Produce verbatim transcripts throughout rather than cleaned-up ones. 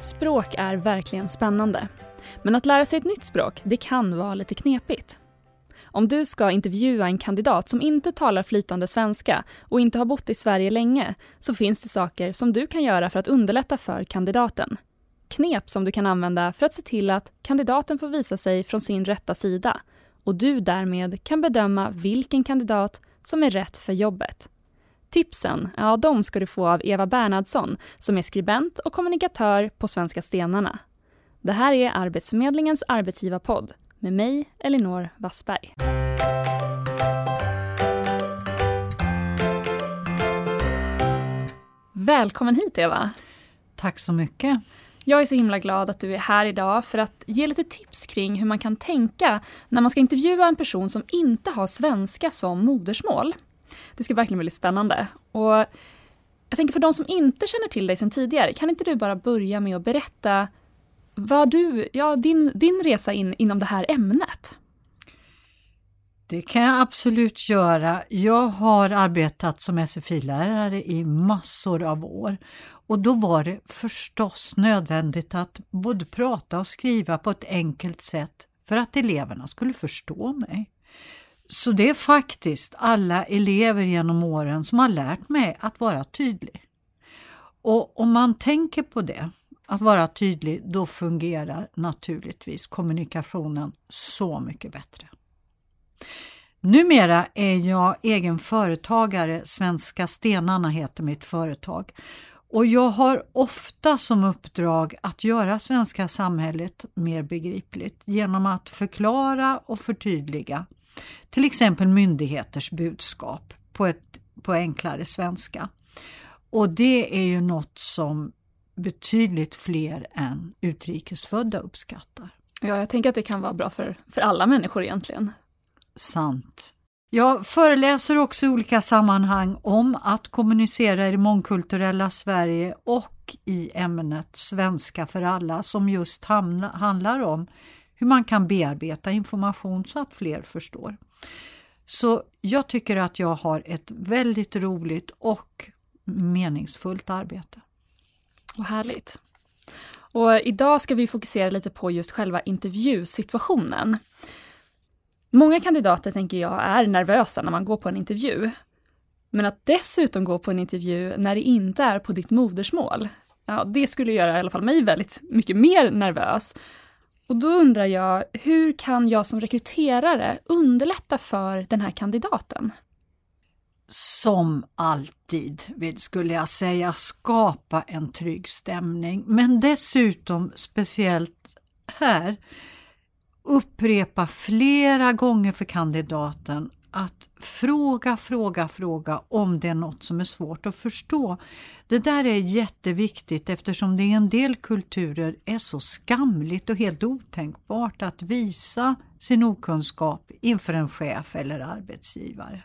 Språk är verkligen spännande. Men att lära sig ett nytt språk, det kan vara lite knepigt. Om du ska intervjua en kandidat som inte talar flytande svenska och inte har bott i Sverige länge, så finns det saker som du kan göra för att underlätta för kandidaten. Knep som du kan använda för att se till att kandidaten får visa sig från sin rätta sida och du därmed kan bedöma vilken kandidat som är rätt för jobbet. Tipsen, ja, de ska du få av Eva Bernhardsson som är skribent och kommunikatör på Svenska Stenarna. Det här är Arbetsförmedlingens arbetsgivarpodd med mig, Elinor Wassberg. Välkommen hit, Eva. Tack så mycket. Jag är så himla glad att du är här idag för att ge lite tips kring hur man kan tänka när man ska intervjua en person som inte har svenska som modersmål. Det ska verkligen bli spännande. Och jag tänker för de som inte känner till dig sedan tidigare, kan inte du bara börja med att berätta vad du, ja, din, din resa in inom det här ämnet? Det kan jag absolut göra. Jag har arbetat som S F I-lärare i massor av år. Och då var det förstås nödvändigt att både prata och skriva på ett enkelt sätt för att eleverna skulle förstå mig. Så det är faktiskt alla elever genom åren som har lärt mig att vara tydlig. Och om man tänker på det, att vara tydlig, då fungerar naturligtvis kommunikationen så mycket bättre. Numera är jag egen företagare, Svenska Stenarna heter mitt företag. Och jag har ofta som uppdrag att göra svenska samhället mer begripligt genom att förklara och förtydliga till exempel myndigheters budskap på, ett, på enklare svenska. Och det är ju något som betydligt fler än utrikesfödda uppskattar. Ja, jag tänker att det kan vara bra för, för alla människor egentligen. Sant. Jag föreläser också i olika sammanhang om att kommunicera i det mångkulturella Sverige och i ämnet Svenska för alla som just hamna, handlar om hur man kan bearbeta information så att fler förstår. Så jag tycker att jag har ett väldigt roligt och meningsfullt arbete. Vad härligt. Och idag ska vi fokusera lite på just själva intervjusituationen. Många kandidater, tänker jag, är nervösa när man går på en intervju. Men att dessutom gå på en intervju när det inte är på ditt modersmål, ja, det skulle göra i alla fall mig väldigt mycket mer nervös. Och då undrar jag, hur kan jag som rekryterare underlätta för den här kandidaten? Som alltid vill, skulle jag säga, skapa en trygg stämning. Men dessutom, speciellt här, upprepa flera gånger för kandidaten att fråga, fråga, fråga om det är något som är svårt att förstå. Det där är jätteviktigt eftersom det i en del kulturer är så skamligt och helt otänkbart att visa sin okunskap inför en chef eller arbetsgivare.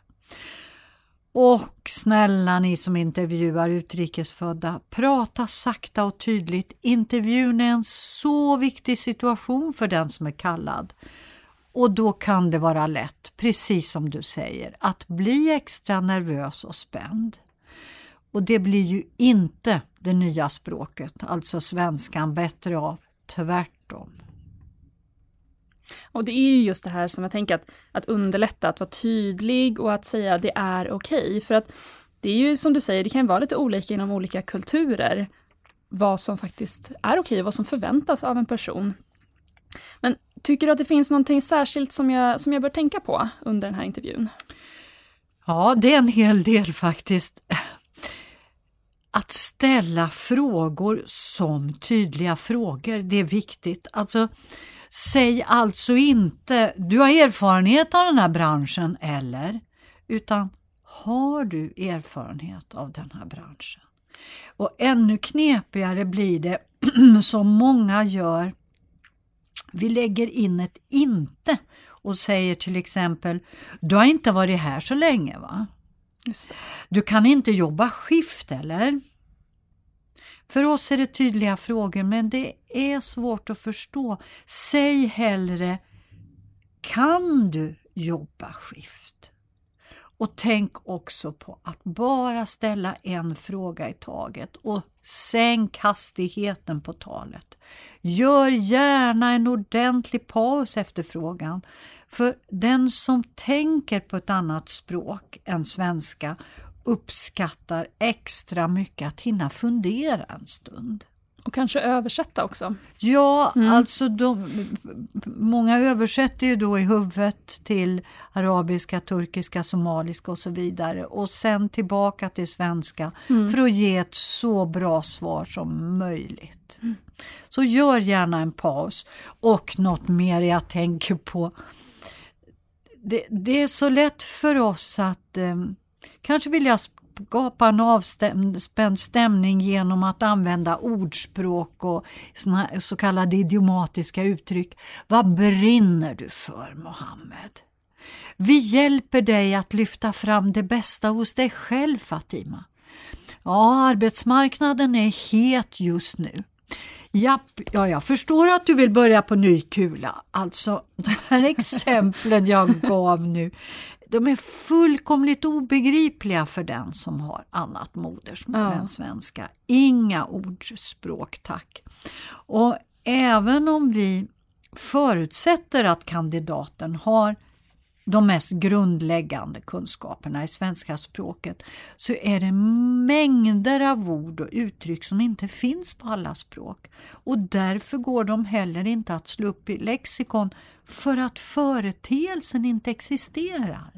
Och snälla ni som intervjuar utrikesfödda, prata sakta och tydligt. Intervjun är en så viktig situation för den som är kallad. Och då kan det vara lätt, precis som du säger, att bli extra nervös och spänd. Och det blir ju inte det nya språket, alltså svenskan, bättre av, tvärtom. Och det är ju just det här som jag tänker att, att underlätta, att vara tydlig och att säga att det är okej. För att det är ju som du säger, det kan vara lite olika inom olika kulturer vad som faktiskt är okej och vad som förväntas av en person. Men tycker du att det finns någonting särskilt som jag, som jag bör tänka på under den här intervjun? Ja, det är en hel del faktiskt. Att ställa frågor som tydliga frågor, det är viktigt. Alltså, säg alltså inte, du har erfarenhet av den här branschen eller, utan har du erfarenhet av den här branschen? Och ännu knepigare blir det som många gör. Vi lägger in ett inte och säger till exempel, du har inte varit här så länge, va? Just det. Du kan inte jobba skift, eller? För oss är det tydliga frågor, men det är svårt att förstå. Säg hellre, kan du jobba skift? Och tänk också på att bara ställa en fråga i taget och sänk hastigheten på talet. Gör gärna en ordentlig paus efter frågan. För den som tänker på ett annat språk än svenska uppskattar extra mycket att hinna fundera en stund. Och kanske översätta också. Ja, mm. alltså de, många översätter ju då i huvudet till arabiska, turkiska, somaliska och så vidare. Och sen tillbaka till svenska mm. för att ge ett så bra svar som möjligt. Mm. Så gör gärna en paus. Och något mer jag tänker på. Det, det är så lätt för oss att eh, kanske vilja skapa en avspänd stämning genom att använda ordspråk och såna, så kallade idiomatiska uttryck. Vad brinner du för, Mohammed? Vi hjälper dig att lyfta fram det bästa hos dig själv, Fatima. Ja, arbetsmarknaden är het just nu. Japp, ja, jag förstår att du vill börja på ny kula. Alltså, de här exemplen jag gav nu, de är fullkomligt obegripliga för den som har annat modersmål ja. än svenska. Inga ordspråk, tack. Och även om vi förutsätter att kandidaten har de mest grundläggande kunskaperna i svenska språket, så är det mängder av ord och uttryck som inte finns på alla språk. Och därför går de heller inte att slå upp i lexikon, för att företeelsen inte existerar.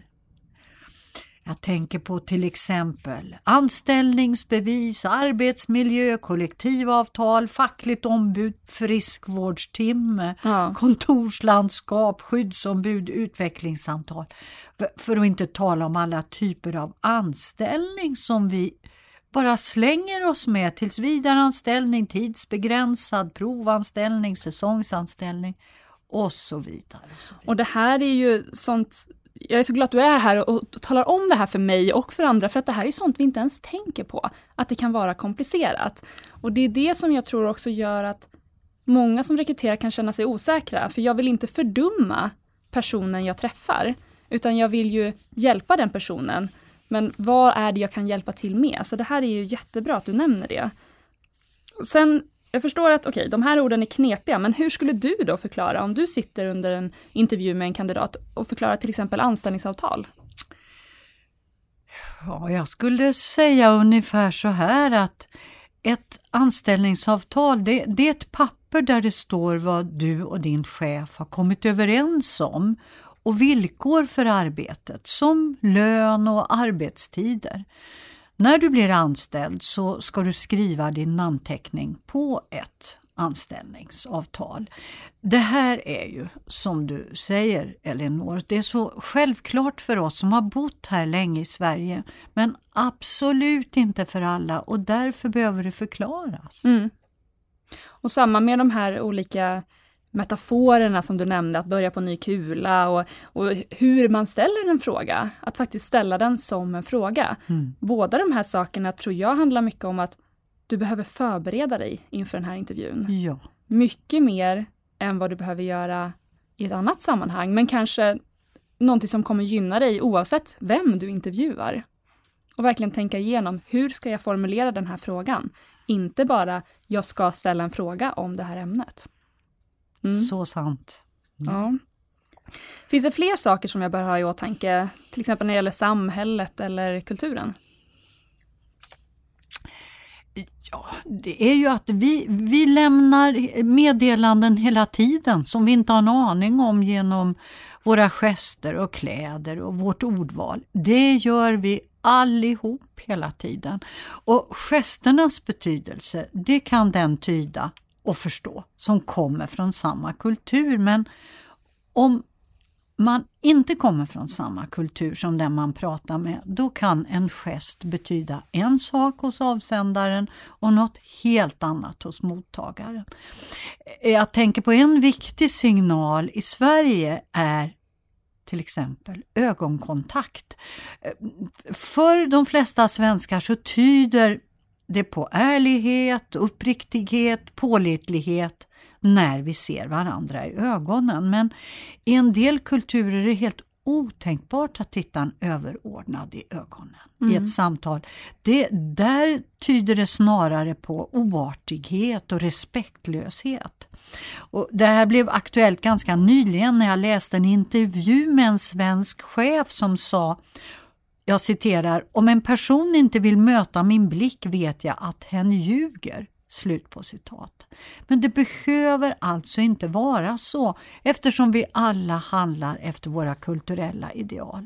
Jag tänker på till exempel anställningsbevis, arbetsmiljö, kollektivavtal, fackligt ombud, friskvårdstimme, ja. kontorslandskap, skyddsombud, utvecklingssamtal. För att inte tala om alla typer av anställning som vi bara slänger oss med. Tillsvidareanställning, tidsbegränsad, provanställning, säsongsanställning och så vidare. Och, så vidare. Och det här är ju sånt... Jag är så glad att du är här och talar om det här för mig och för andra, för att det här är sånt vi inte ens tänker på, att det kan vara komplicerat. Och det är det som jag tror också gör att många som rekryterar kan känna sig osäkra, för jag vill inte fördumma personen jag träffar, utan jag vill ju hjälpa den personen. Men vad är det jag kan hjälpa till med? Så det här är ju jättebra att du nämner det. Och sen, jag förstår att okej, de här orden är knepiga, men hur skulle du då förklara om du sitter under en intervju med en kandidat och förklarar till exempel anställningsavtal? Ja, jag skulle säga ungefär så här att ett anställningsavtal, det, det är ett papper där det står vad du och din chef har kommit överens om och villkor för arbetet, som lön och arbetstider. När du blir anställd så ska du skriva din namnteckning på ett anställningsavtal. Det här är ju, som du säger, Elinor, det är så självklart för oss som har bott här länge i Sverige, men absolut inte för alla, och därför behöver det förklaras. Mm. Och samma med de här olika metaforerna som du nämnde, att börja på ny kula och, och hur man ställer en fråga, att faktiskt ställa den som en fråga. Mm. Båda de här sakerna tror jag handlar mycket om att du behöver förbereda dig inför den här intervjun. Ja. Mycket mer än vad du behöver göra i ett annat sammanhang, men kanske någonting som kommer gynna dig oavsett vem du intervjuar. Och verkligen tänka igenom, hur ska jag formulera den här frågan? Inte bara, jag ska ställa en fråga om det här ämnet. Mm. Så sant. Mm. Ja. Finns det fler saker som jag bör ha i åtanke, till exempel när det gäller samhället eller kulturen? Ja, det är ju att vi, vi lämnar meddelanden hela tiden som vi inte har en aning om genom våra gester och kläder och vårt ordval. Det gör vi allihop hela tiden. Och gesternas betydelse, det kan den tyda och förstå som kommer från samma kultur. Men om man inte kommer från samma kultur som den man pratar med, då kan en gest betyda en sak hos avsändaren och något helt annat hos mottagaren. Jag tänker på en viktig signal i Sverige är till exempel ögonkontakt. För de flesta svenskar så tyder det på ärlighet, uppriktighet, pålitlighet när vi ser varandra i ögonen. Men i en del kulturer är det helt otänkbart att titta en överordnad i ögonen Mm. i ett samtal. Det, där tyder det snarare på oartighet och respektlöshet. Och det här blev aktuellt ganska nyligen när jag läste en intervju med en svensk chef som sa, jag citerar, om en person inte vill möta min blick vet jag att hen ljuger. Slut på citat. Men det behöver alltså inte vara så eftersom vi alla handlar efter våra kulturella ideal.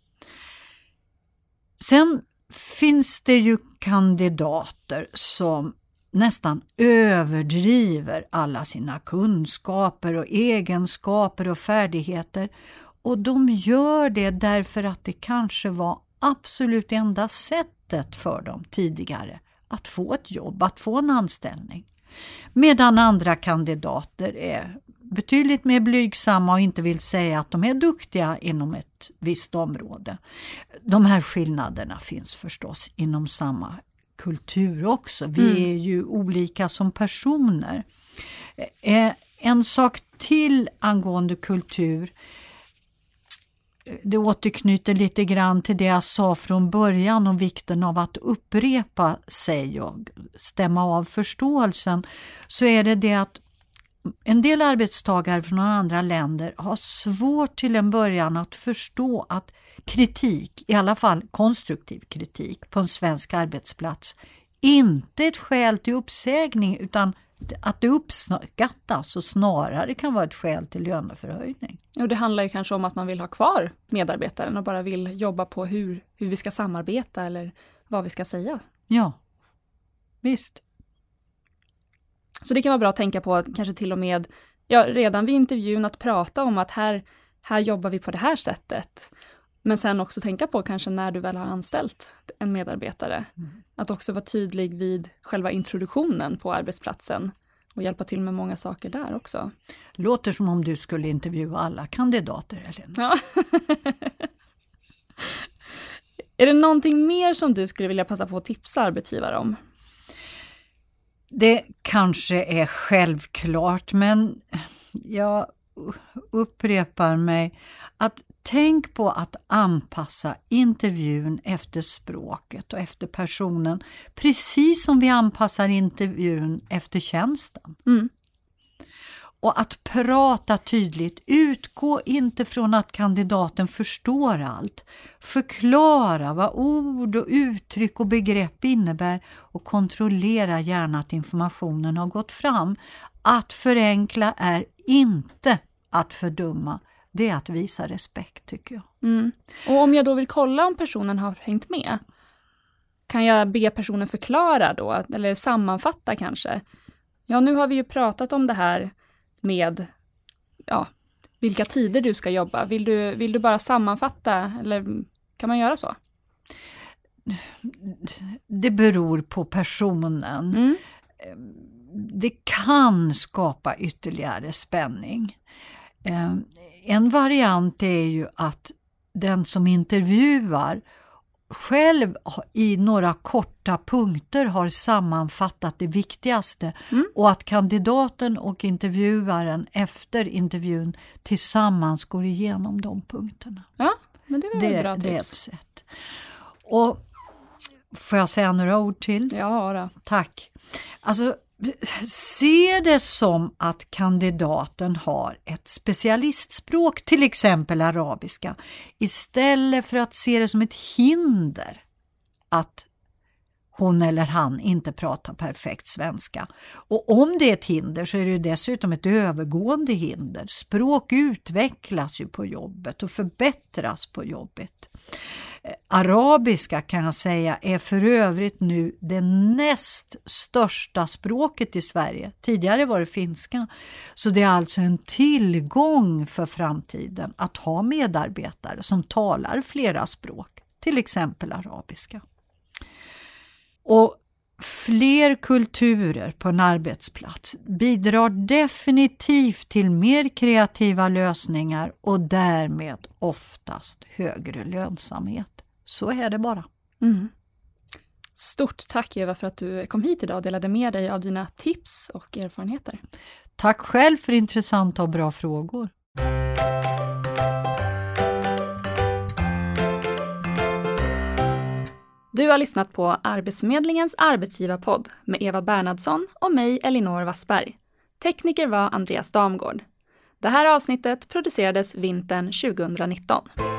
Sen finns det ju kandidater som nästan överdriver alla sina kunskaper och egenskaper och färdigheter. Och de gör det därför att det kanske var absolut enda sättet för dem tidigare att få ett jobb, att få en anställning. Medan andra kandidater är betydligt mer blygsamma och inte vill säga att de är duktiga inom ett visst område. De här skillnaderna finns förstås inom samma kultur också. Vi mm. är ju olika som personer. En sak till angående kultur. Det återknyter lite grann till det jag sa från början om vikten av att upprepa sig och stämma av förståelsen. Så är det det att en del arbetstagare från andra länder har svårt till en början att förstå att kritik, i alla fall konstruktiv kritik på en svensk arbetsplats, inte är ett skäl till uppsägning utan att det uppskattas och snarare kan vara ett skäl till löneförhöjning. Och det handlar ju kanske om att man vill ha kvar medarbetaren och bara vill jobba på hur, hur vi ska samarbeta eller vad vi ska säga. Ja, visst. Så det kan vara bra att tänka på kanske till och med ja, redan vid intervjun att prata om att här, här jobbar vi på det här sättet. Men sen också tänka på kanske när du väl har anställt en medarbetare. Mm. Att också vara tydlig vid själva introduktionen på arbetsplatsen. Och hjälpa till med många saker där också. Låter som om du skulle intervjua alla kandidater, Helena. Ja. Är det någonting mer som du skulle vilja passa på att tipsa arbetsgivare om? Det kanske är självklart, men jag upprepar mig att tänk på att anpassa intervjun efter språket och efter personen, precis som vi anpassar intervjun efter tjänsten. Mm. Och att prata tydligt, utgå inte från att kandidaten förstår allt. Förklara vad ord och uttryck och begrepp innebär och kontrollera gärna att informationen har gått fram. Att förenkla är inte att fördumma. Det är att visa respekt, tycker jag. Mm. Och om jag då vill kolla om personen har hängt med, kan jag be personen förklara då? Eller sammanfatta kanske? Ja, nu har vi ju pratat om det här med ja, vilka tider du ska jobba. Vill du, vill du bara sammanfatta eller kan man göra så? Det beror på personen. Mm. Det kan skapa ytterligare spänning. En variant är ju att den som intervjuar själv i några korta punkter har sammanfattat det viktigaste mm. och att kandidaten och intervjuaren efter intervjun tillsammans går igenom de punkterna. Ja, men det är väl det, bra tips. Det är ett sätt. Och får jag säga några ord till? Ja då. Tack. Alltså, se det som att kandidaten har ett specialistspråk, till exempel arabiska, istället för att se det som ett hinder att hon eller han inte pratar perfekt svenska. Och om det är ett hinder så är det ju dessutom ett övergående hinder. Språk utvecklas ju på jobbet och förbättras på jobbet. Arabiska kan jag säga är för övrigt nu det näst största språket i Sverige. Tidigare var det finska. Så det är alltså en tillgång för framtiden att ha medarbetare som talar flera språk. Till exempel arabiska. Och fler kulturer på en arbetsplats bidrar definitivt till mer kreativa lösningar och därmed oftast högre lönsamhet. Så är det bara. Mm. Stort tack Eva för att du kom hit idag och delade med dig av dina tips och erfarenheter. Tack själv för intressanta och bra frågor. Du har lyssnat på Arbetsförmedlingens arbetsgivarpodd med Eva Bernhardsson och mig, Elinor Wassberg. Tekniker var Andreas Damgård. Det här avsnittet producerades vintern tjugonitton.